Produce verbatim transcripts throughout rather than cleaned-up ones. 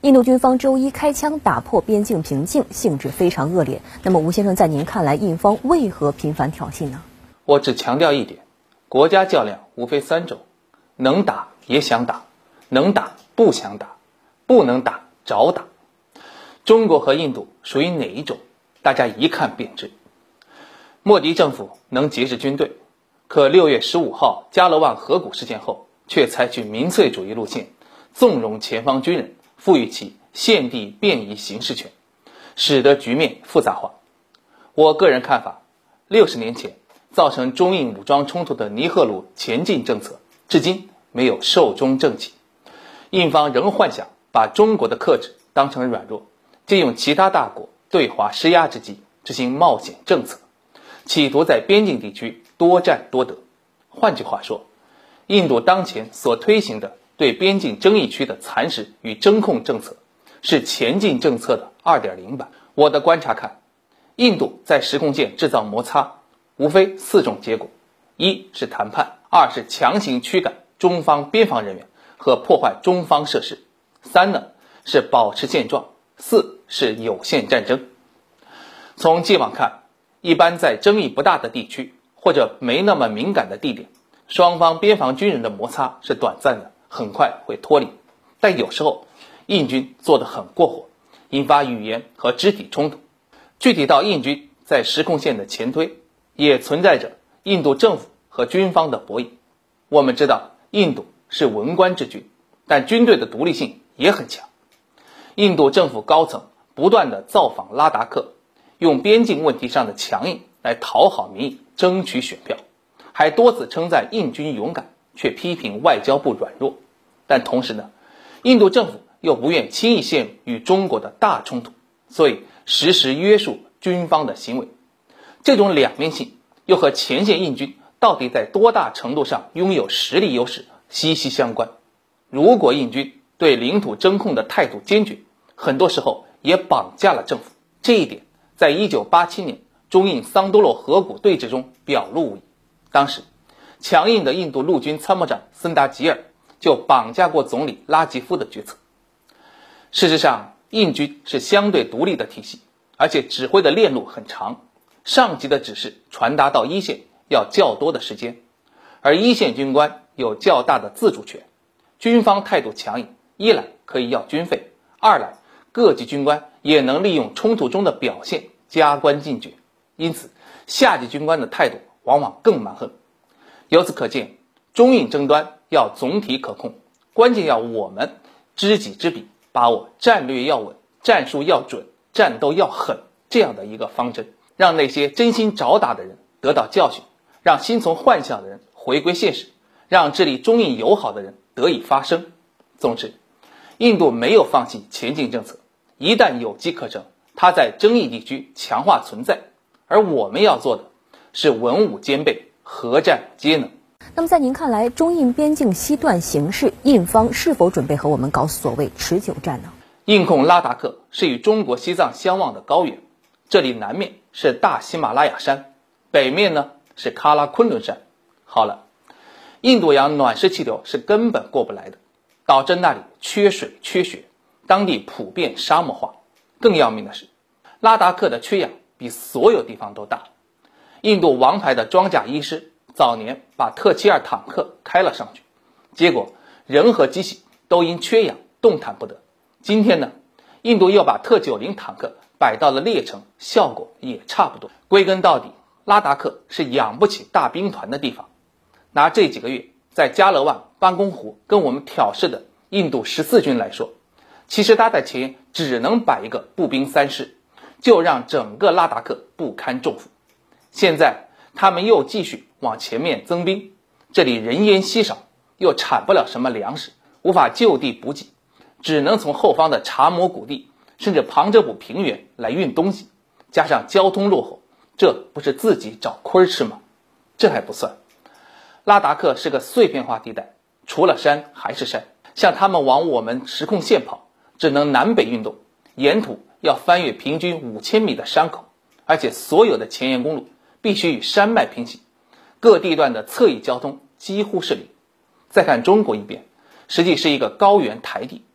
印度军方周一开枪打破边境平静，性质非常恶劣。那么吴先生，在您看来，印方为何频繁挑衅呢？ 我只强调一点，国家较量无非三种：能打也想打，能打不想打，不能打找打。中国和印度属于哪一种，大家一看便知。莫迪政府能节制军队，可六月十五号加勒万河谷事件后，却采取民粹主义路线，纵容前方军人，赋予其现地便移行事权，使得局面复杂化。我个人看法，六十年前造成中印武装冲突的尼赫鲁前进政策，至今没有寿终正寝。印方仍幻想把中国的克制当成软弱，借用其他大国对华施压之机执行冒险政策，企图在边境地区多占多得。换句话说，印度当前所推行的对边境争议区的蚕食与征控政策，是前进政策的 二点零 版。我的观察看，印度在实控线制造摩擦，无非四种结果：一是谈判，二是强行驱赶中方边防人员和破坏中方设施，三呢是保持现状，四是有限战争。从既往看，一般在争议不大的地区或者没那么敏感的地点，双方边防军人的摩擦是短暂的，很快会脱离。但有时候印军做得很过火，引发语言和肢体冲突。具体到印军在实控线的前推，也存在着印度政府和军方的博弈。我们知道印度是文官治军，但军队的独立性也很强。印度政府高层不断地造访拉达克，用边境问题上的强硬来讨好民意，争取选票，还多次称赞印军勇敢，却批评外交部软弱。但同时呢，印度政府又不愿轻易陷入与中国的大冲突，所以时时约束军方的行为。这种两面性又和前线印军到底在多大程度上拥有实力优势息息相关。如果印军对领土征控的态度坚决，很多时候也绑架了政府。这一点在一九八七年中印桑多洛河谷对峙中表露无遗。当时强硬的印度陆军参谋长森达吉尔就绑架过总理拉吉夫的决策。事实上，印军是相对独立的体系，而且指挥的链路很长，上级的指示传达到一线要较多的时间，而一线军官有较大的自主权。军方态度强硬，一来可以要军费，二来各级军官也能利用冲突中的表现加官进爵，因此下级军官的态度往往更蛮横。由此可见，中印争端要总体可控，关键要我们知己知彼，把握战略要稳，战术要准，战斗要狠这样的一个方针，让那些真心找打的人得到教训，让心存幻想的人回归现实，让致力中印友好的人得以发声。总之，印度没有放弃前进政策，一旦有机可乘，它在争议地区强化存在，而我们要做的是文武兼备，合战皆能。 那么在您看来，中印边境西段形势，印方是否准备和我们搞所谓持久战呢？ 印控拉达克是与中国西藏相望的高原，这里南面是大喜马拉雅山，北面呢是喀拉昆仑山。好了，印度洋暖湿气流是根本过不来的，导致那里缺水缺雪，当地普遍沙漠化。更要命的是，拉达克的缺氧比所有地方都大。印度王牌的装甲医师早年把特七二坦克开了上去，结果人和机器都因缺氧动弹不得。今天呢，印度又把特九零坦克摆到了列城，效果也差不多。归根到底，拉达克是养不起大兵团的地方。拿这几个月在加勒万、班公湖跟我们挑事的印度十四军来说，其实他在前沿只能摆一个步兵三师，就让整个拉达克不堪重负。现在他们又继续往前面增兵，这里人烟稀少，又产不了什么粮食，无法就地补给，只能从后方的查摩谷地甚至旁遮普平原来运东西，加上交通落后，这不是自己找亏吃吗？这还不算，拉达克是个碎片化地带，除了山还是山，像他们往我们实控线跑，只能南北运动，沿途要翻越平均五千米的山口，而且所有的前沿公路必须与山脉平行，各地段的侧翼交通几乎是零。再看中国一边，实际是一个高原台地，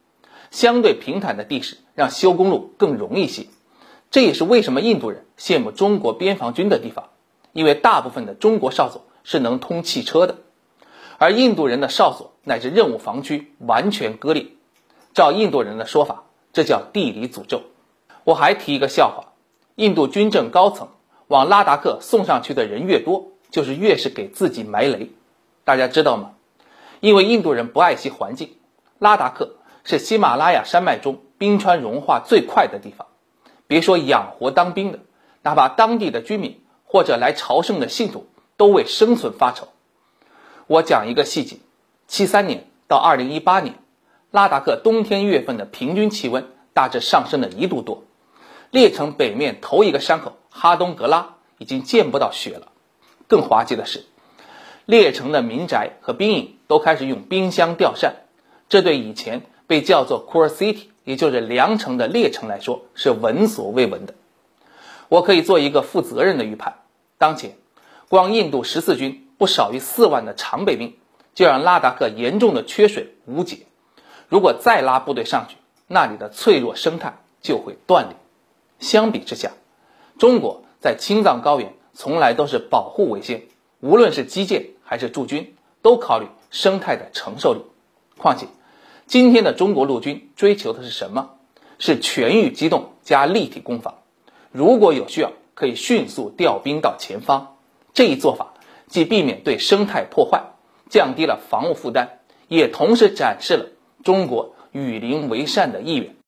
相对平坦的地势让修公路更容易些。这也是为什么印度人羡慕中国边防军的地方，因为大部分的中国哨所是能通汽车的，而印度人的哨所乃至任务防区完全割裂。照印度人的说法，这叫地理诅咒。我还提一个笑话，印度军政高层往拉达克送上去的人越多，就是越是给自己埋雷。大家知道吗？因为印度人不爱惜环境，拉达克是喜马拉雅山脉中冰川融化最快的地方，别说养活当兵的，哪怕当地的居民或者来朝圣的信徒都为生存发愁。我讲一个细节，七三年到二零一八年，拉达克冬天月份的平均气温大致上升了一度多，列城北面头一个山口哈东格拉已经见不到雪了。更滑稽的是，列城的民宅和兵营都开始用冰箱吊扇，这对以前被叫做 Core City， 也就是良城的列城来说是闻所未闻的。我可以做一个负责任的预判，当前光印度十四军不少于四万的常备兵就让拉达克严重的缺水无解，如果再拉部队上去，那里的脆弱生态就会断裂。相比之下，中国在青藏高原从来都是保护为先，无论是基建还是驻军，都考虑生态的承受力。况且今天的中国陆军追求的是什么？是全域机动加立体攻防，如果有需要可以迅速调兵到前方。这一做法既避免对生态破坏，降低了防务负担，也同时展示了中国与邻为善的意愿。